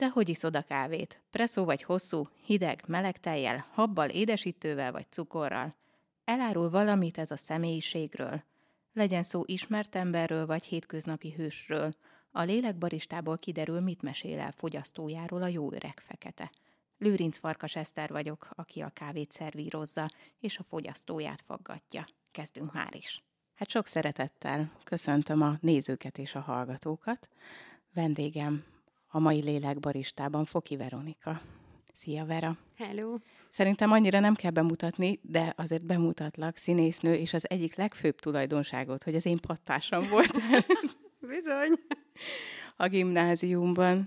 Te hogy iszod a kávét? Presszó vagy hosszú, hideg, meleg tejjel, habbal, édesítővel vagy cukorral? Elárul valamit ez a személyiségről? Legyen szó ismert emberről vagy hétköznapi hősről. A lélekbaristából kiderül, mit mesél el fogyasztójáról a jó öreg fekete. Lőrinc Farkas Eszter vagyok, aki a kávét szervírozza, és a fogyasztóját faggatja. Kezdünk már is. Hát sok szeretettel köszöntöm a nézőket és a hallgatókat. Vendégem a mai lélekbaristában Foki Veronika. Szia, Vera! Hello! Szerintem annyira nem kell bemutatni, de azért bemutatlak, színésznő, és az egyik legfőbb tulajdonságot, hogy az én pattársam voltál. Bizony! A gimnáziumban.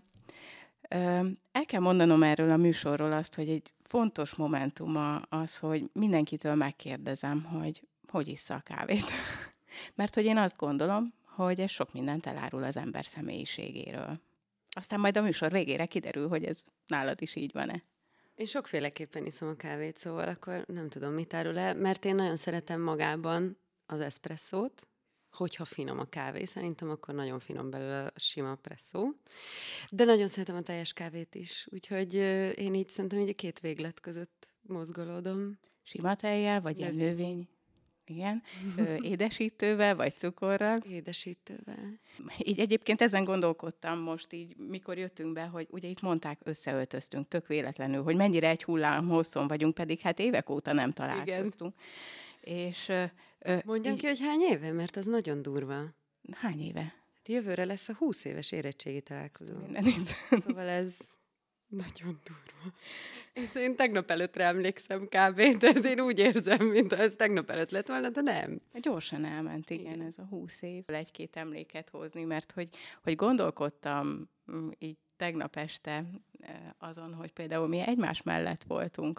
El kell mondanom erről a műsorról azt, hogy egy fontos momentuma az, hogy mindenkitől megkérdezem, hogy issza a kávét. Mert hogy én azt gondolom, hogy ez sok mindent elárul az ember személyiségéről. Aztán majd a műsor végére kiderül, hogy ez nálad is így van-e. Én sokféleképpen iszom a kávét, szóval akkor nem tudom, mit árul el, mert én nagyon szeretem magában az eszpresszót, hogyha finom a kávé, szerintem akkor nagyon finom belőle a sima presszó. De nagyon szeretem a teljes kávét is, úgyhogy én így szerintem így a két véglet között mozgolódom. Sima tejjel, vagy ilyen növény? Igen. Édesítővel, vagy cukorral? Édesítővel. Így egyébként ezen gondolkodtam most így, mikor jöttünk be, hogy ugye itt mondták, összeöltöztünk tök véletlenül, hogy mennyire egy hullám hosszon vagyunk, pedig hát évek óta nem találkoztunk. És, mondjam ki, hogy hány éve? Mert az nagyon durva. Hány éve? Hát jövőre lesz a 20 éves érettségi találkozó. Szóval ez nagyon durva. Én tegnap előttre emlékszem kb. Tehát én úgy érzem, mintha ez tegnap előtt lett volna, de nem. Gyorsan elment, igen, ez a 20 év. Egy-két emléket hozni, mert hogy gondolkodtam így tegnap este azon, hogy például mi egymás mellett voltunk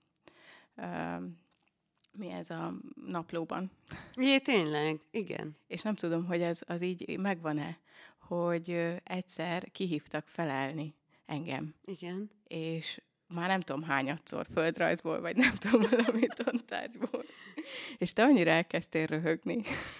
mi ez a naplóban. Jé, tényleg? Igen. És nem tudom, hogy az így megvan-e, hogy egyszer kihívtak felelni engem. Igen. És már nem tudom hányadszor földrajzból, vagy nem tudom valami tantárgyból. És te annyira elkezdtél röhögni.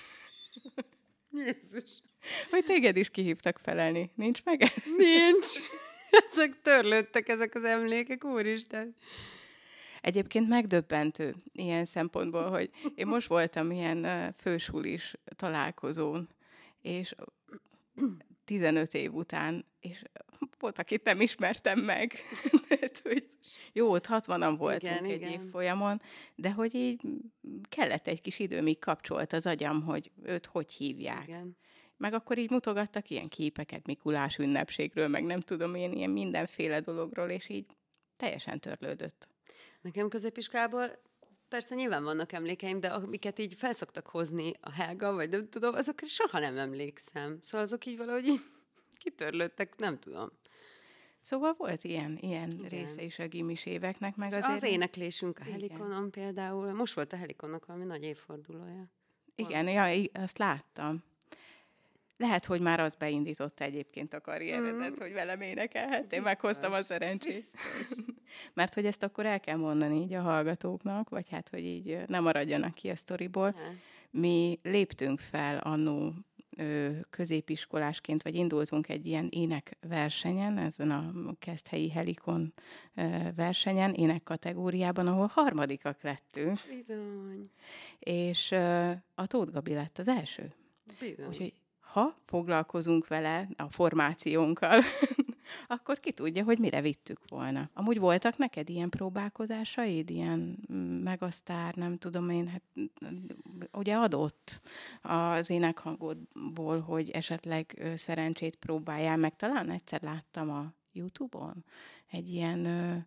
Jézus. Hogy téged is kihívtak felelni. Nincs meg ez? Nincs. Ezek törlődtek, ezek az emlékek, úristen. Egyébként megdöbbentő ilyen szempontból, hogy én most voltam ilyen fősulis találkozón, és 15 év után, és volt, akit nem ismertem meg. Jó, ott 60-an voltunk egy évfolyamon, de hogy így kellett egy kis idő, míg kapcsolt az agyam, hogy őt hogy hívják. Igen. Meg akkor így mutogattak ilyen képeket Mikulás ünnepségről, meg nem tudom én, ilyen mindenféle dologról, és így teljesen törlődött. Nekem középiskolában persze nyilván vannak emlékeim, de amiket így felszoktak hozni a Helga, vagy nem tudom, azokra soha nem emlékszem. Szóval azok így valahogy így kitörlődtek, nem tudom. Szóval volt ilyen része is a gimis éveknek, meg azért... Az éneklésünk a Helikonon például. Most volt a Helikonnak valami nagy évfordulója. Igen, ja, azt láttam. Lehet, hogy már az beindította egyébként a karrieredet, hogy velem énekelhettél, meghoztam a szerencsét. Mert hogy ezt akkor el kell mondani így a hallgatóknak, vagy hát, hogy így nem maradjanak ki a sztoriból. Mi léptünk fel annó középiskolásként, vagy indultunk egy ilyen énekversenyen, ezen a Keszthelyi Helikon versenyen, énekkategóriában, ahol harmadikak lettünk. Bizony. És a Tóth Gabi lett az első. Bizony. Úgyhogy ha foglalkozunk vele, a formációnkkal, akkor ki tudja, hogy mire vittük volna. Amúgy voltak neked ilyen próbálkozásaid, ilyen megasztár, nem tudom én, hát ugye adott az énekhangodból, hogy esetleg szerencsét próbáljál meg. Talán egyszer láttam a YouTube-on egy ilyen...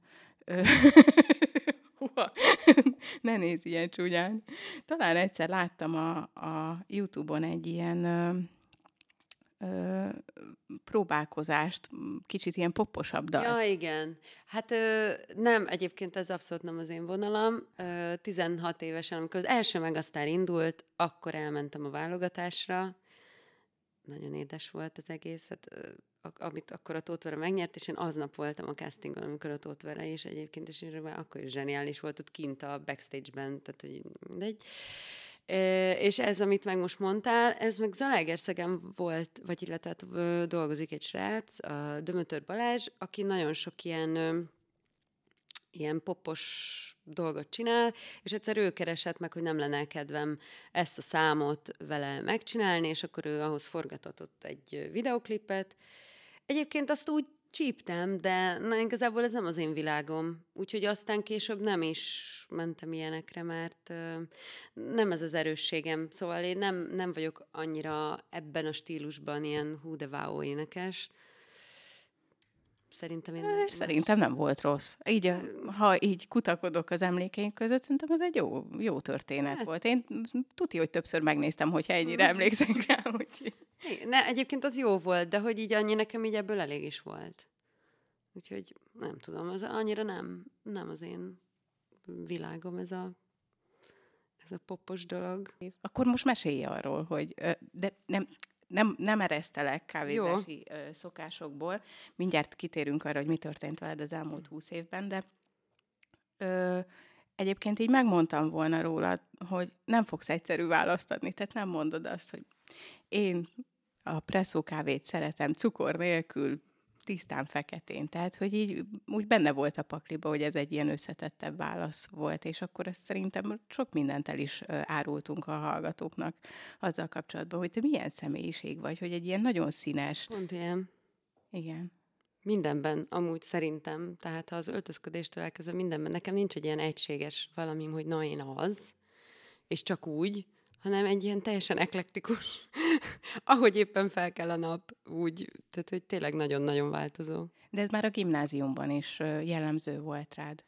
ne nézz ilyen csúnyán. Talán egyszer láttam a YouTube-on egy ilyen... próbálkozást, kicsit ilyen poposabb dalt. Ja, igen. Hát nem, egyébként ez abszolút nem az én vonalam. 16 évesen, amikor az első Megasztár indult, akkor elmentem a válogatásra. Nagyon édes volt az egész, hát, amit akkor a Tóth Vera megnyert, és én aznap voltam a castingon, amikor a Tóth Vera is egyébként, és akkor is zseniális volt ott kint a backstage-ben, tehát hogy mindegy. És ez, amit meg most mondtál, ez meg Zalaegerszegen volt, vagy illetve dolgozik egy srác, a Dömötör Balázs, aki nagyon sok ilyen popos dolgot csinál, és egyszer ő keresett meg, hogy nem lenne kedvem ezt a számot vele megcsinálni, és akkor ő ahhoz forgatott egy videoklipet. Egyébként azt úgy csíptem, de na, igazából ez nem az én világom. Úgyhogy aztán később nem is mentem ilyenekre, mert nem ez az erősségem. Szóval én nem vagyok annyira ebben a stílusban ilyen hú de wow énekes. Szerintem nem volt rossz. Így, ha így kutakodok az emlékeink között, szerintem ez egy jó történet volt. Én tudja, hogy többször megnéztem, hogyha ennyire emlékszem rá. Hogy... Egyébként az jó volt, de hogy így annyi nekem így ebből elég is volt. Úgyhogy nem tudom, az annyira nem az én világom ez a popos dolog. Akkor most mesélj arról, hogy de nem eresztelek kávézási szokásokból. Mindjárt kitérünk arra, hogy mi történt veled az elmúlt 20 évben, de egyébként így megmondtam volna rólad, hogy nem fogsz egyszerű választ adni, tehát nem mondod azt, hogy én a presszó kávét szeretem cukor nélkül, tisztán feketén. Tehát, hogy így úgy benne volt a pakliba, hogy ez egy ilyen összetettebb válasz volt, és akkor ezt szerintem sok mindent el is árultunk a hallgatóknak azzal kapcsolatban, hogy te milyen személyiség vagy, hogy egy ilyen nagyon színes... Pont ilyen. Igen. Mindenben amúgy szerintem, tehát ha az öltözködéstől elkezdve mindenben, nekem nincs egy ilyen egységes valamim, hogy na én az, és csak úgy, hanem egy ilyen teljesen eklektikus, ahogy éppen fel kell a nap, úgy, tehát hogy tényleg nagyon-nagyon változó. De ez már a gimnáziumban is jellemző volt rád.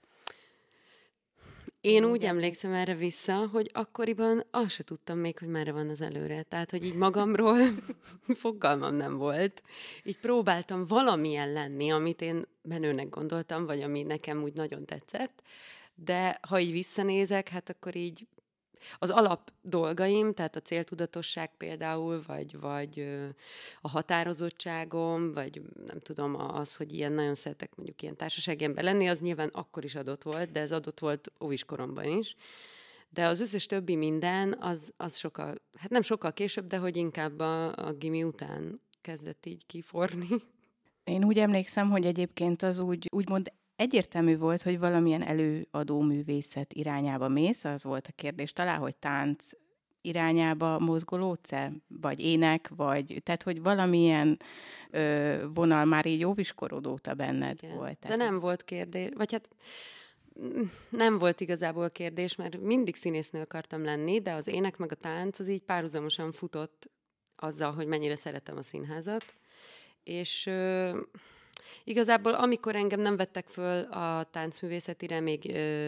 Én úgy emlékszem erre vissza, hogy akkoriban azt se tudtam még, hogy merre van az előre. Tehát, hogy így magamról fogalmam nem volt. Így próbáltam valamilyen lenni, amit én menőnek gondoltam, vagy ami nekem úgy nagyon tetszett. De ha így visszanézek, hát akkor így az alap dolgaim, tehát a céltudatosság például, vagy a határozottságom, vagy nem tudom, az, hogy ilyen nagyon szeretek mondjuk ilyen társasági ember lenni, az nyilván akkor is adott volt, de ez adott volt óviskoromban is. De az összes többi minden, az sokkal, hát nem sokkal később, de hogy inkább a gimi után kezdett így kiforni. Én úgy emlékszem, hogy egyébként az úgymond egyértelmű volt, hogy valamilyen előadó művészet irányába mész, az volt a kérdés talán, hogy tánc irányába mozgolódsz-e, vagy ének, vagy, tehát, hogy valamilyen vonal már így óviskorod óta benned igen. volt. Tehát... De nem volt kérdés, vagy hát nem volt igazából kérdés, mert mindig színésznő akartam lenni, de az ének meg a tánc az így párhuzamosan futott azzal, hogy mennyire szeretem a színházat, és... Igazából, amikor engem nem vettek föl a táncművészetire még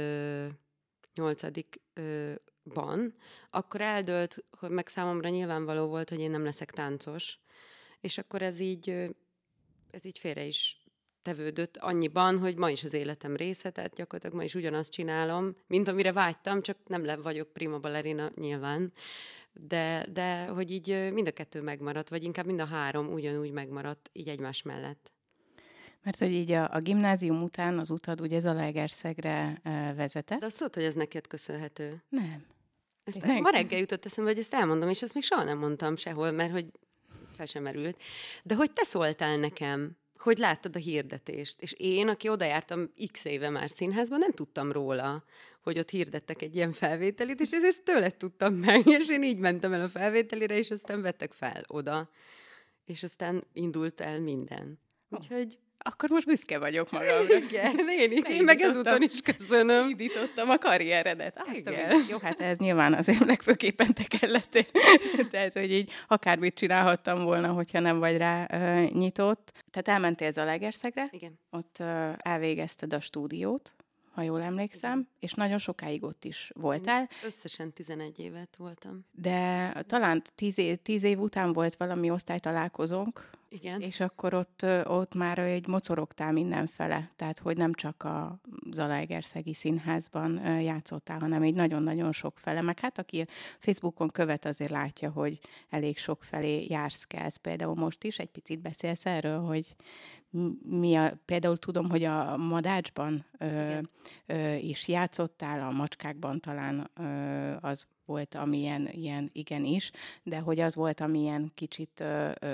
8-ban, akkor eldőlt, hogy meg számomra nyilvánvaló volt, hogy én nem leszek táncos. És akkor ez így félre is tevődött annyiban, hogy ma is az életem része, tehát gyakorlatilag ma is ugyanazt csinálom, mint amire vágytam, csak nem vagyok prima ballerina nyilván. De hogy így mind a kettő megmaradt, vagy inkább mind a három ugyanúgy megmaradt, így egymás mellett. Mert hogy így a gimnázium után az utad ugye Zalaegerszegre vezetett. De azt tudod, hogy ez neked köszönhető? Nem. Ma reggel jutott eszembe, hogy ezt elmondom, és ezt még soha nem mondtam sehol, mert hogy fel sem merült. De hogy te szóltál nekem, hogy láttad a hirdetést, és én, aki oda jártam x éve már színházban, nem tudtam róla, hogy ott hirdettek egy ilyen felvételit, és ezt tőled tudtam meg, és én így mentem el a felvételire, és aztán vettek fel oda. És aztán indult el minden. Úgyhogy... Akkor most büszke vagyok magamra. Igen, én meg ezúton is köszönöm. Indítottam a karrieredet. Jó, hát ez nyilván azért legfőképpen te kellettél. Tehát, hogy így akármit csinálhattam volna, hogyha nem vagy rá nyitott. Tehát elmentél Zalaegerszegre. Igen. Ott elvégezted a stúdiót, ha jól emlékszem, igen. És nagyon sokáig ott is voltál. Összesen 11 évet voltam. De talán 10 év után volt valami osztálytalálkozónk, igen. És akkor ott már egy mocorogtál mindenfele, tehát hogy nem csak a Zalaegerszegi Színházban játszottál, hanem így nagyon-nagyon sok fele. Meg hát aki Facebookon követ, azért látja, hogy elég sok felé jársz, kelsz. Például most is egy picit beszélsz erről, hogy például tudom, hogy a Madácsban Igen. is játszottál, a Macskákban talán az volt, amilyen ilyen igenis, de hogy az volt, amilyen kicsit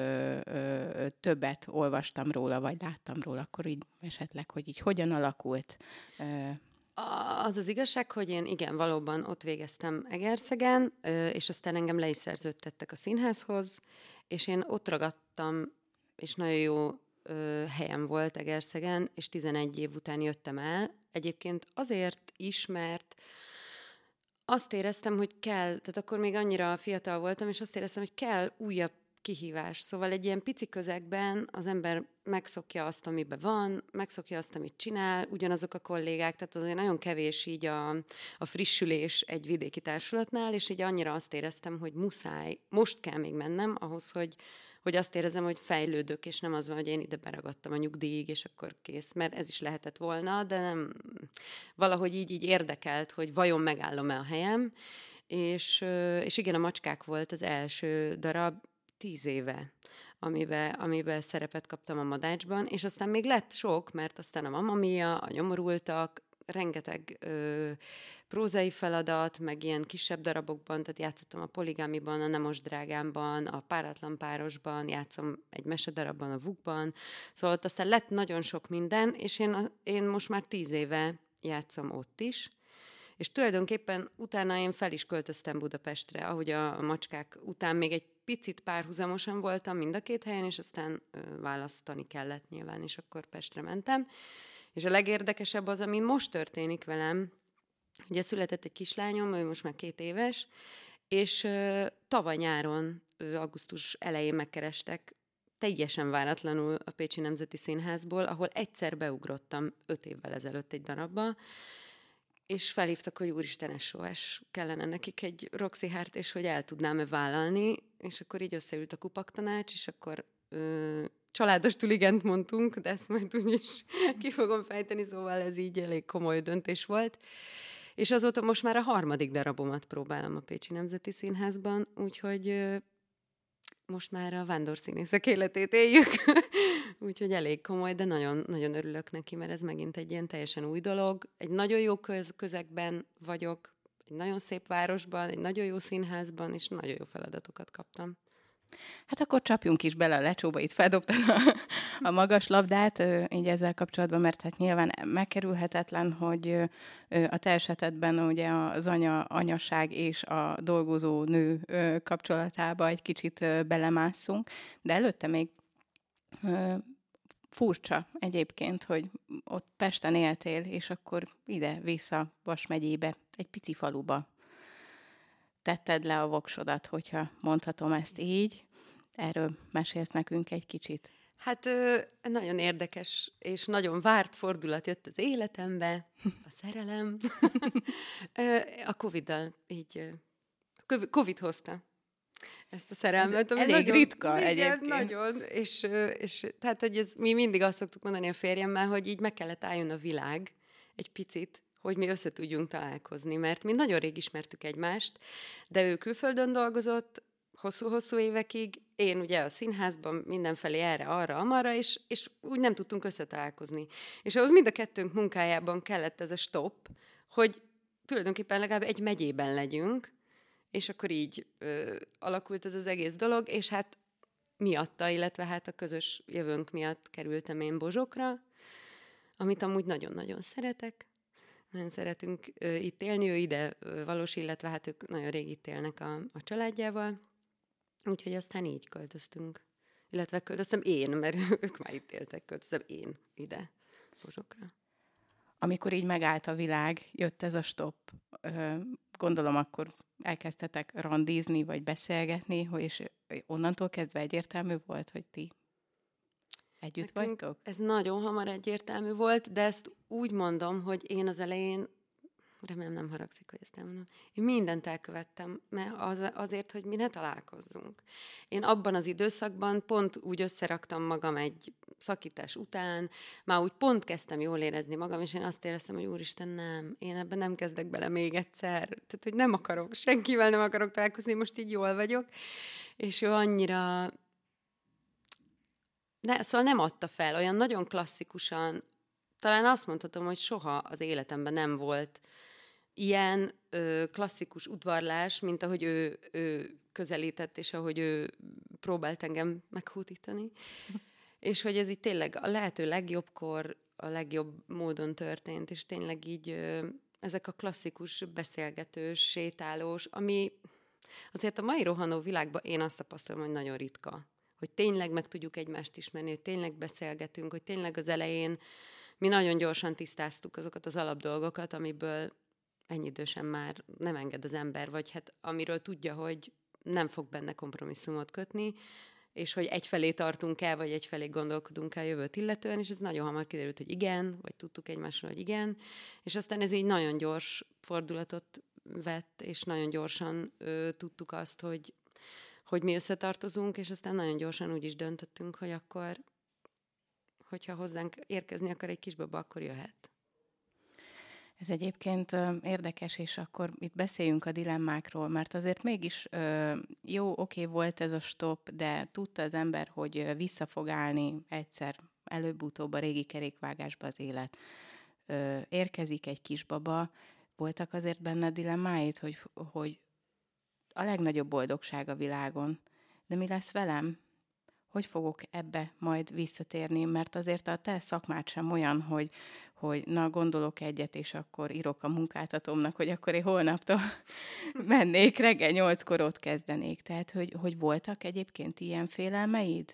többet olvastam róla, vagy láttam róla, akkor így esetleg, hogy így hogyan alakult. Az az igazság, hogy én igen, valóban ott végeztem Egerszegen, és aztán engem le is szerződtettek a színházhoz, és én ott ragadtam, és nagyon jó helyem volt Egerszegen, és 11 év után jöttem el. Egyébként azért is, mert azt éreztem, hogy kell, tehát akkor még annyira fiatal voltam, és azt éreztem, hogy kell újabb kihívás. Szóval egy ilyen pici közegben az ember megszokja azt, amiben van, megszokja azt, amit csinál, ugyanazok a kollégák, tehát azért nagyon kevés így a frissülés egy vidéki társulatnál, és így annyira azt éreztem, hogy muszáj, most kell még mennem ahhoz, hogy azt érezem, hogy fejlődök, és nem az van, hogy én ide beragadtam a nyugdíjig, és akkor kész, mert ez is lehetett volna, de nem, valahogy így érdekelt, hogy vajon megállom-e a helyem, és igen, a Macskák volt az első darab 10 éve, amiben szerepet kaptam a Madácsban, és aztán még lett sok, mert aztán a Mamma Mia, a Nyomorultak, rengeteg prózai feladat, meg ilyen kisebb darabokban, tehát játszottam a Poligámiban, a Nemos drágámban, a Páratlan párosban, játszom egy mesedarabban, a Vukban, szóval ott aztán lett nagyon sok minden, és én most már 10 éve játszom ott is, és tulajdonképpen utána én fel is költöztem Budapestre, ahogy a Macskák után még egy picit párhuzamosan voltam mind a két helyen, és aztán választani kellett nyilván, és akkor Pestre mentem. És a legérdekesebb az, ami most történik velem, ugye született egy kislányom, ő most már 2 éves, és tavaly nyáron, augusztus elején megkerestek, teljesen váratlanul a Pécsi Nemzeti Színházból, ahol egyszer beugrottam 5 évvel ezelőtt egy darabba, és felhívtak, hogy úristen, SOS, kellene nekik egy Roxy Hárt, és hogy el tudnám-e vállalni, és akkor így összeült a kupaktanács, és akkor családostul igent mondtunk, de ezt majd úgyis ki fogom fejteni, szóval ez így elég komoly döntés volt. És azóta most már a 3. darabomat próbálom a Pécsi Nemzeti Színházban, úgyhogy most már a vándorszínészek életét éljük, úgyhogy elég komoly, de nagyon, nagyon örülök neki, mert ez megint egy ilyen teljesen új dolog. Egy nagyon jó közegben vagyok, egy nagyon szép városban, egy nagyon jó színházban, és nagyon jó feladatokat kaptam. Hát akkor csapjunk is bele a lecsóba, itt feldobtad a magas labdát, így ezzel kapcsolatban, mert hát nyilván megkerülhetetlen, hogy a te esetedben ugye az anyaság és a dolgozó nő kapcsolatába egy kicsit belemásszunk, de előtte még furcsa egyébként, hogy ott Pesten éltél, és akkor ide-vissza Vas megyébe, egy pici faluba tetted le a voksodat, hogyha mondhatom ezt így. Erről mesélsz nekünk egy kicsit? Hát nagyon érdekes és nagyon várt fordulat jött az életembe, a szerelem. A Covid-dal így, Covid hozta ezt a szerelmet. Ez elég nagyon ritka igen, egyébként. nagyon, és tehát, hogy mi mindig azt szoktuk mondani a férjemmel, hogy így meg kellett álljon a világ egy picit, hogy mi össze tudjunk találkozni, mert mi nagyon rég ismertük egymást, de ő külföldön dolgozott, hosszú-hosszú évekig, én ugye a színházban mindenfelé erre, arra, amarra, és úgy nem tudtunk összetalálkozni. És ahhoz mind a kettőnk munkájában kellett ez a stop, hogy tulajdonképpen legalább egy megyében legyünk, és akkor így alakult ez az egész dolog, és hát miatta, illetve hát a közös jövőnk miatt kerültem én Bozsokra, amit amúgy nagyon-nagyon szeretek. Nagyon szeretünk itt élni, ő ide valós, illetve hát ők nagyon rég itt élnek a családjával. Úgyhogy aztán így költöztünk. Illetve költöztem én, mert ők már itt éltek, költöztem én ide, Bozsokra. Amikor így megállt a világ, jött ez a stop, gondolom akkor elkezdtetek randizni, vagy beszélgetni, és onnantól kezdve egyértelmű volt, hogy ti együtt vagytok? Ez nagyon hamar egyértelmű volt, de ezt úgy mondom, hogy én az elején, remélem nem haragszik, hogy ezt elmondom, én mindent elkövettem, mert azért, hogy mi ne találkozzunk. Én abban az időszakban pont úgy összeraktam magam egy szakítás után, már úgy pont kezdtem jól érezni magam, és én azt éreztem, hogy úristen, nem, én ebben nem kezdek bele még egyszer. Tehát, hogy nem akarok, senkivel nem akarok találkozni, most így jól vagyok. És ő annyira szóval nem adta fel, olyan nagyon klasszikusan, talán azt mondhatom, hogy soha az életemben nem volt ilyen klasszikus udvarlás, mint ahogy ő közelített, és ahogy ő próbált engem meghódítani. És hogy ez így tényleg a lehető legjobbkor, a legjobb módon történt, és tényleg így ezek a klasszikus beszélgetős, sétálós, ami azért a mai rohanó világban én azt tapasztalom, hogy nagyon ritka. Hogy tényleg meg tudjuk egymást ismerni, hogy tényleg beszélgetünk, hogy tényleg az elején mi nagyon gyorsan tisztáztuk azokat az alapdolgokat, amiből ennyi idősen már nem enged az ember, vagy hát amiről tudja, hogy nem fog benne kompromisszumot kötni, és hogy egyfelé tartunk el, vagy egyfelé gondolkodunk el jövőt illetően, és ez nagyon hamar kiderült, hogy igen, vagy tudtuk egymásról, hogy igen, és aztán ez így nagyon gyors fordulatot vett, és nagyon gyorsan tudtuk azt, hogy mi összetartozunk, és aztán nagyon gyorsan úgy is döntöttünk, hogy akkor, hogyha hozzánk érkezni akar egy kisbaba, akkor jöhet. Ez egyébként érdekes, és akkor itt beszéljünk a dilemmákról, mert azért mégis jó, oké, volt ez a stop, de tudta az ember, hogy vissza fog állni egyszer, előbb-utóbb a régi kerékvágásba az élet. Érkezik egy kisbaba, voltak azért benne dilemmáid, hogy a legnagyobb boldogság a világon, de mi lesz velem? Hogy fogok ebbe majd visszatérni, mert azért a te szakmád sem olyan, hogy na, gondolok egyet, és akkor írok a munkáltatómnak, hogy akkor én holnaptól mennék, reggel 8-kor ott kezdenék. Tehát, hogy voltak egyébként ilyen félelmeid?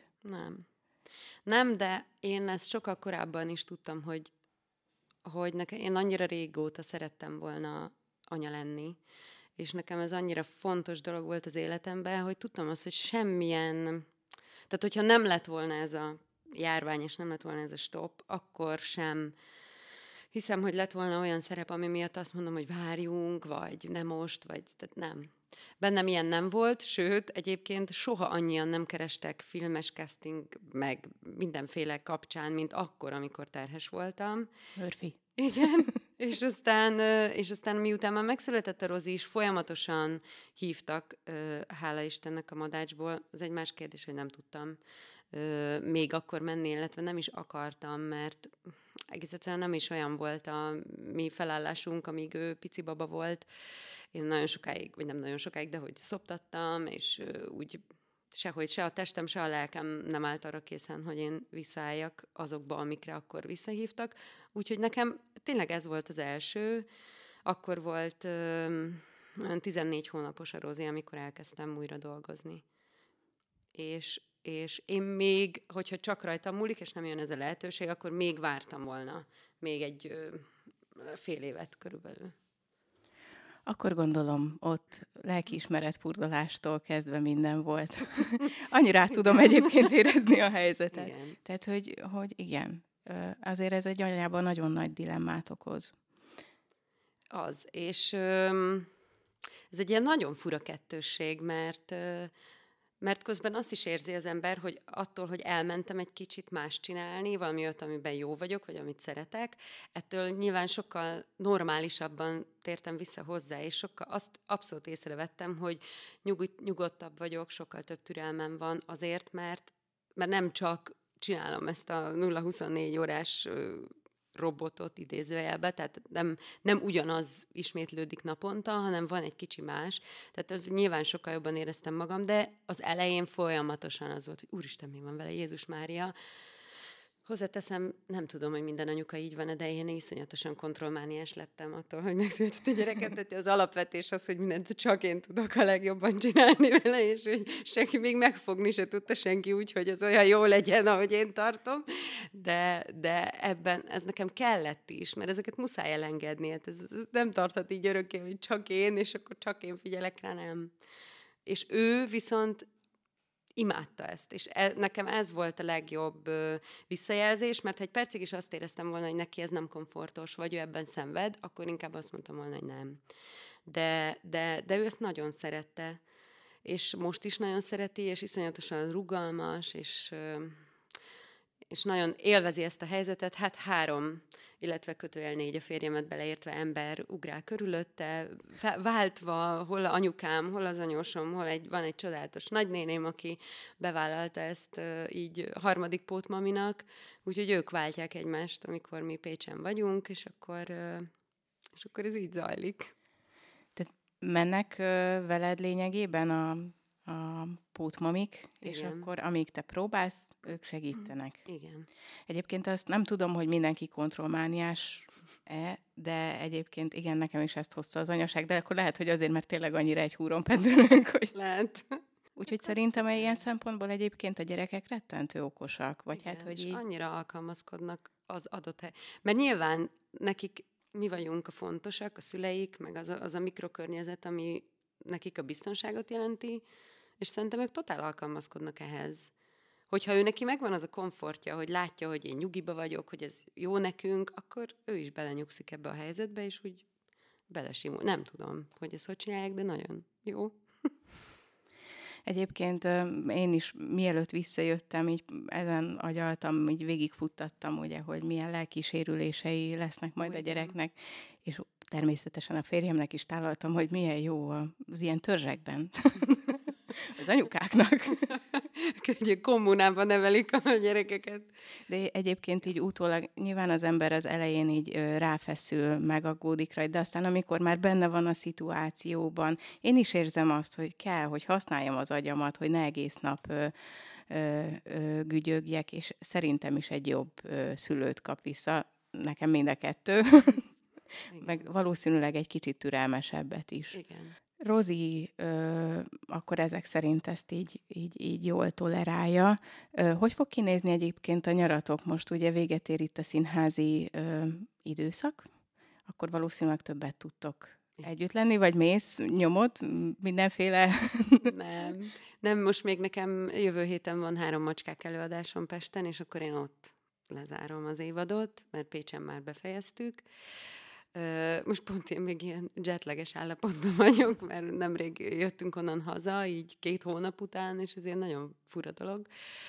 Nem, de én ezt sokkal korábban is tudtam, hogy én annyira régóta szerettem volna anya lenni, és nekem ez annyira fontos dolog volt az életemben, hogy tudtam azt, hogy semmilyen... Tehát, hogyha nem lett volna ez a járvány, és nem lett volna ez a stop, akkor sem hiszem, hogy lett volna olyan szerep, ami miatt azt mondom, hogy várjunk, vagy nem most, vagy tehát nem. Bennem ilyen nem volt, sőt, egyébként soha annyian nem kerestek filmes casting, meg mindenféle kapcsán, mint akkor, amikor terhes voltam. Murphy. Igen, és aztán miután már megszületett a Rozi is, folyamatosan hívtak, hála Istennek a Madácsból. Az egy más kérdés, hogy nem tudtam még akkor menni, illetve nem is akartam, mert egész egyszerűen nem is olyan volt a mi felállásunk, amíg ő pici baba volt. Én nagyon sokáig, vagy nem nagyon sokáig, de hogy szoptattam, és úgy sehogy se a testem, se a lelkem nem állt arra készen, hogy én visszaálljak azokba, amikre akkor visszahívtak. Úgyhogy nekem tényleg ez volt az első. Akkor volt 14 hónapos a Rozi, amikor elkezdtem újra dolgozni. És én még, hogyha csak rajtam múlik, és nem jön ez a lehetőség, akkor még vártam volna. Még egy fél évet körülbelül. Akkor gondolom, ott lelkiismeretfurdalástól kezdve minden volt. Annyira át tudom egyébként érezni a helyzetet. Igen. Tehát, hogy igen, azért ez egy anyában nagyon nagy dilemmát okoz. Az, és ez egy ilyen nagyon fura kettősség, mert közben azt is érzi az ember, hogy attól, hogy elmentem egy kicsit más csinálni, valami olyat, amiben jó vagyok, vagy amit szeretek, ettől nyilván sokkal normálisabban tértem vissza hozzá, és sokkal azt abszolút észrevettem, hogy nyugodtabb vagyok, sokkal több türelmem van azért, mert nem csak csinálom ezt a 0-24 órás robotot idézőjelbe, tehát nem ugyanaz ismétlődik naponta, hanem van egy kicsi más. Tehát nyilván sokkal jobban éreztem magam, de az elején folyamatosan az volt, hogy úristen, mi van vele, Jézus Mária. Hozzáteszem, nem tudom, hogy minden anyuka így van, de én iszonyatosan kontrollmániás lettem attól, hogy megszületett a gyereket, tehát az alapvetés az, hogy mindent csak én tudok a legjobban csinálni vele, és hogy senki még megfogni se tudta senki úgy, hogy az olyan jó legyen, ahogy én tartom, de ebben ez nekem kellett is, mert ezeket muszáj elengedni, hát ez nem tarthat így örökké, hogy csak én, és akkor csak én figyelek rá, nem. És ő viszont imádta ezt, és nekem ez volt a legjobb visszajelzés, mert ha egy percig is azt éreztem volna, hogy neki ez nem komfortos, vagy ő ebben szenved, akkor inkább azt mondtam volna, hogy nem. De ő ezt nagyon szerette, és most is nagyon szereti, és iszonyatosan rugalmas, és és nagyon élvezi ezt a helyzetet, hát 3, illetve kötőjel 4 a férjemet beleértve ember ugrál körülötte, váltva, hol anyukám, hol az anyósom, van egy csodálatos nagynéném, aki bevállalta ezt így harmadik pótmaminak, úgyhogy ők váltják egymást, amikor mi Pécsen vagyunk, és akkor ez így zajlik. Tehát mennek veled lényegében a pótmamik, és Igen. akkor amíg te próbálsz, ők segítenek. Igen. Egyébként azt nem tudom, hogy mindenki kontrollmániás-e, de egyébként igen, nekem is ezt hozta az anyaság, de akkor lehet, hogy azért, mert tényleg annyira egy húron pendülünk, hogy... Lehet. Úgyhogy szerintem ilyen szempontból egyébként a gyerekek rettentő okosak, vagy igen, hát, hogy és így... annyira alkalmazkodnak az adott hely. Mert nyilván nekik mi vagyunk a fontosak, a szüleik, meg az a mikrokörnyezet, ami nekik a biztonságot jelenti, és szerintem ők totál alkalmazkodnak ehhez. Hogyha ő neki megvan az a komfortja, hogy látja, hogy én nyugiba vagyok, hogy ez jó nekünk, akkor ő is belenyugszik ebbe a helyzetbe, és úgy belesimul. Nem tudom, hogy ezt hogy csinálják, de nagyon jó. Egyébként én is mielőtt visszajöttem, így ezen agyaltam, így végigfuttattam, ugye, hogy milyen lelkisérülései lesznek majd a gyereknek, és természetesen a férjemnek is tálaltam, hogy milyen jó az ilyen törzsekben az anyukáknak. Egy kommunában nevelik a gyerekeket. De egyébként így utólag nyilván az ember az elején így ráfeszül, megaggódik rajta, de aztán amikor már benne van a szituációban, én is érzem azt, hogy kell, hogy használjam az agyamat, hogy ne egész nap gügyögjek, és szerintem is egy jobb szülőt kap vissza. Nekem mind a 2. Meg valószínűleg egy kicsit türelmesebbet is. Igen. Rozi akkor ezek szerint ezt így jól tolerálja. Hogy fog kinézni egyébként a nyaratok? Most ugye véget ér itt a színházi időszak, akkor valószínűleg többet tudtok együtt lenni, vagy mész, nyomod mindenféle? Nem, most még nekem jövő héten van 3 macskák előadásom Pesten, és akkor én ott lezárom az évadot, mert Pécsen már befejeztük. Most pont én még ilyen jetlages állapotban vagyok, mert nemrég jöttünk onnan haza, így 2 hónap után, és ez ilyen nagyon fura dolog.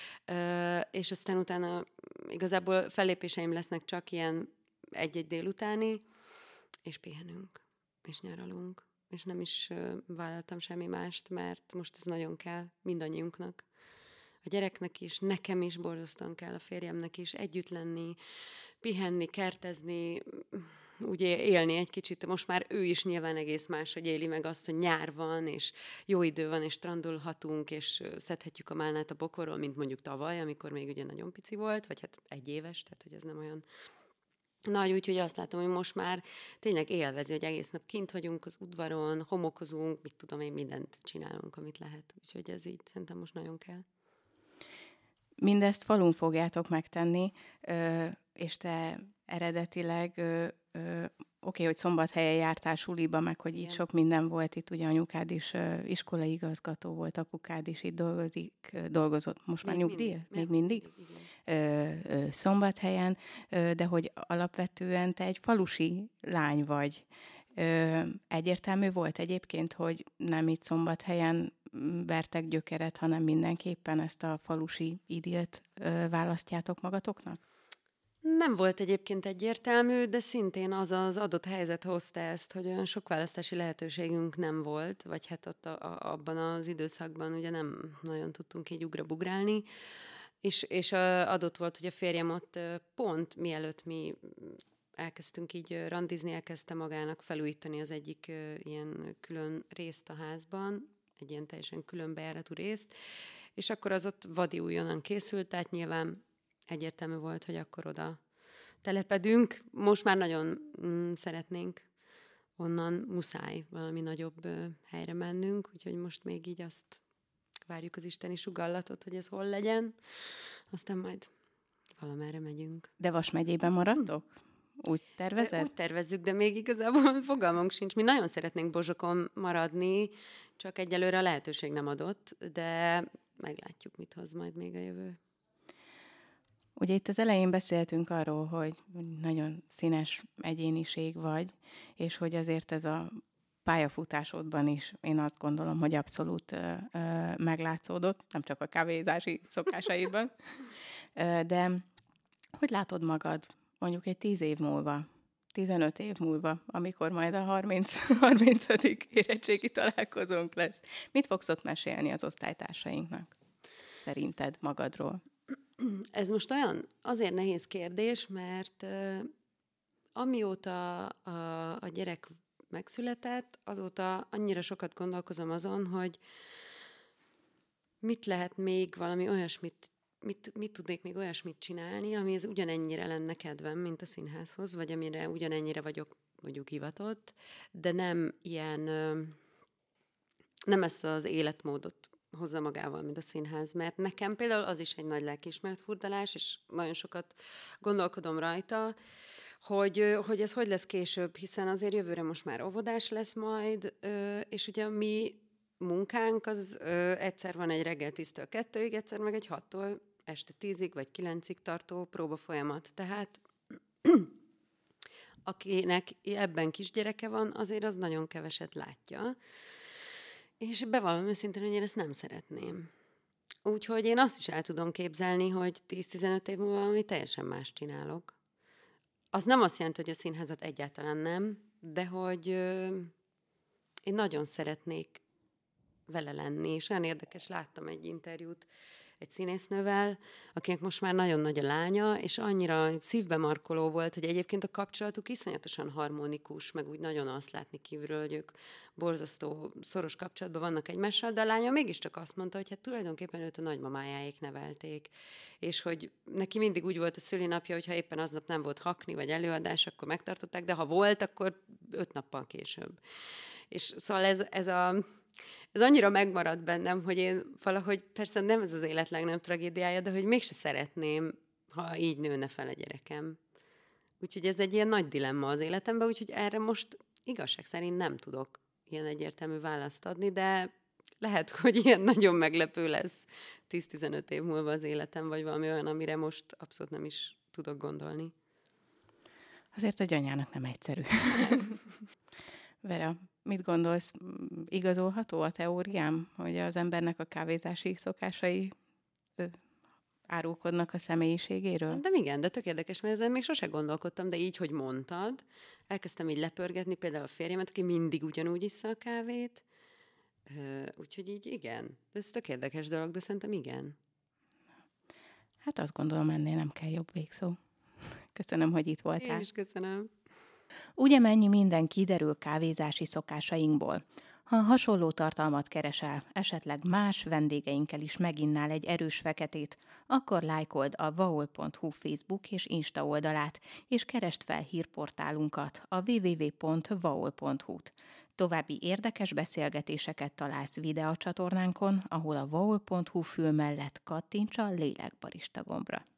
És aztán utána igazából fellépéseim lesznek csak ilyen 1-1 délutáni, és pihenünk, és nyaralunk. És nem is vállaltam semmi mást, mert most ez nagyon kell mindannyiunknak. A gyereknek is, nekem is borzasztóan kell, a férjemnek is együtt lenni, pihenni, kertezni, úgy élni egy kicsit. Most már ő is nyilván egész más, hogy éli meg azt, hogy nyár van, és jó idő van, és strandolhatunk, és szedhetjük a málnát a bokorról, mint mondjuk tavaly, amikor még ugye nagyon pici volt, vagy hát 1 éves, tehát hogy ez nem olyan nagy, úgyhogy azt látom, hogy most már tényleg élvezi, hogy egész nap kint vagyunk az udvaron, homokozunk, mit tudom én, mindent csinálunk, amit lehet. Úgyhogy ez így szerintem most nagyon kell. Mindezt falun fogjátok megtenni, és te eredetileg, oké, hogy Szombathelyen jártál suliba, meg hogy itt sok minden volt, itt ugye anyukád is iskolai igazgató volt, apukád is itt dolgozott, most már nyugdíj? Még mindig? Szombathelyen, de hogy alapvetően te egy falusi lány vagy. Egyértelmű volt egyébként, hogy nem itt Szombathelyen vertek gyökeret, hanem mindenképpen ezt a falusi idilt választjátok magatoknak? Nem volt egyébként egyértelmű, de szintén az adott helyzet hozta ezt, hogy olyan sok választási lehetőségünk nem volt, vagy hát ott abban az időszakban ugye nem nagyon tudtunk így ugrabugrálni, és adott volt, hogy a férjem ott pont mielőtt mi elkezdtünk így randizni, elkezdte magának felújítani az egyik ilyen külön részt a házban, egy ilyen teljesen külön bejáratú részt, és akkor az ott vadi újonnan készült, tehát nyilván egyértelmű volt, hogy akkor oda telepedünk. Most már nagyon szeretnénk onnan, muszáj valami nagyobb helyre mennünk, úgyhogy most még így azt várjuk az isteni sugallatot, hogy ez hol legyen, aztán majd valamerre megyünk. De Vas megyében maradtok? Úgy tervezed? Úgy tervezzük, de még igazából fogalmunk sincs. Mi nagyon szeretnénk Bozsokon maradni, csak egyelőre a lehetőség nem adott, de meglátjuk, mit hoz majd még a jövő. Ugye itt az elején beszéltünk arról, hogy nagyon színes egyéniség vagy, és hogy azért ez a pályafutásodban is én azt gondolom, hogy abszolút meglátszódott, nem csak a kávézási szokásaidban. De Hogy látod magad mondjuk egy 10 év múlva, 15 év múlva, amikor majd a 30. érettségi találkozónk lesz? Mit fogsz ott mesélni az osztálytársainknak? Szerinted magadról? Ez most azért nehéz kérdés, mert amióta a gyerek megszületett, azóta annyira sokat gondolkozom azon, hogy mit lehet még valami olyasmit, mit tudnék még olyasmit csinálni, amihez ugyanennyire lenne kedvem, mint a színházhoz, vagy amire ugyanennyire vagyok mondjuk hivatott, de nem ilyen, nem ezt az életmódot hozza magával, mint a színház, mert nekem például az is egy nagy lelkiismeretfurdalás, és nagyon sokat gondolkodom rajta, hogy ez hogy lesz később, hiszen azért jövőre most már óvodás lesz majd, és ugye a mi munkánk az egyszer van egy reggel 10-től 2-ig, egyszer meg egy 6-tól este 10-ig vagy 9-ig tartó próba folyamat. Tehát akinek ebben kisgyereke van, azért az nagyon keveset látja. És bevallom őszintén, hogy én ezt nem szeretném. Úgyhogy én azt is el tudom képzelni, hogy 10-15 év múlva valami teljesen más csinálok. Az nem azt jelenti, hogy a színházat egyáltalán nem, de hogy én nagyon szeretnék vele lenni, és olyan érdekes, láttam egy interjút egy színésznővel, akinek most már nagyon nagy a lánya, és annyira szívbe markoló volt, hogy egyébként a kapcsolatuk iszonyatosan harmonikus, meg úgy nagyon azt látni kívülről, hogy ők borzasztó szoros kapcsolatban vannak egymással, de a lánya mégiscsak azt mondta, hogy hát tulajdonképpen őt a nagymamájáék nevelték, és hogy neki mindig úgy volt a szülinapja, hogy ha éppen aznap nem volt hakni vagy előadás, akkor megtartották, de ha volt, akkor 5 nappal később. És szóval ez annyira megmaradt bennem, hogy én valahogy, persze nem ez az élet legnagyobb tragédiája, de hogy mégse szeretném, ha így nőne fel a gyerekem. Úgyhogy ez egy ilyen nagy dilemma az életemben, úgyhogy erre most igazság szerint nem tudok ilyen egyértelmű választ adni, de lehet, hogy ilyen nagyon meglepő lesz 10-15 év múlva az életem, vagy valami olyan, amire most abszolút nem is tudok gondolni. Azért egy anyának nem egyszerű. Vera, mit gondolsz, igazolható a teóriám, hogy az embernek a kávézási szokásai árulkodnak a személyiségéről? Szerintem igen, de tök érdekes, mert ezen még sose gondolkodtam, de így, hogy mondtad, elkezdtem így lepörgetni például a férjemet, aki mindig ugyanúgy issza a kávét, úgyhogy így igen. Ez tök érdekes dolog, de szerintem igen. Hát azt gondolom, ennél nem kell jobb végszó. Köszönöm, hogy itt voltál. Én is köszönöm. Ugye mennyi minden kiderül kávézási szokásainkból. Ha hasonló tartalmat keresel, esetleg más vendégeinkkel is meginnál egy erős feketét, akkor lájkold a vaol.hu Facebook és Insta oldalát, és keresd fel hírportálunkat, a www.vaol.hu-t. További érdekes beszélgetéseket találsz videócsatornánkon, ahol a vaol.hu fül mellett kattints a lélekbarista gombra.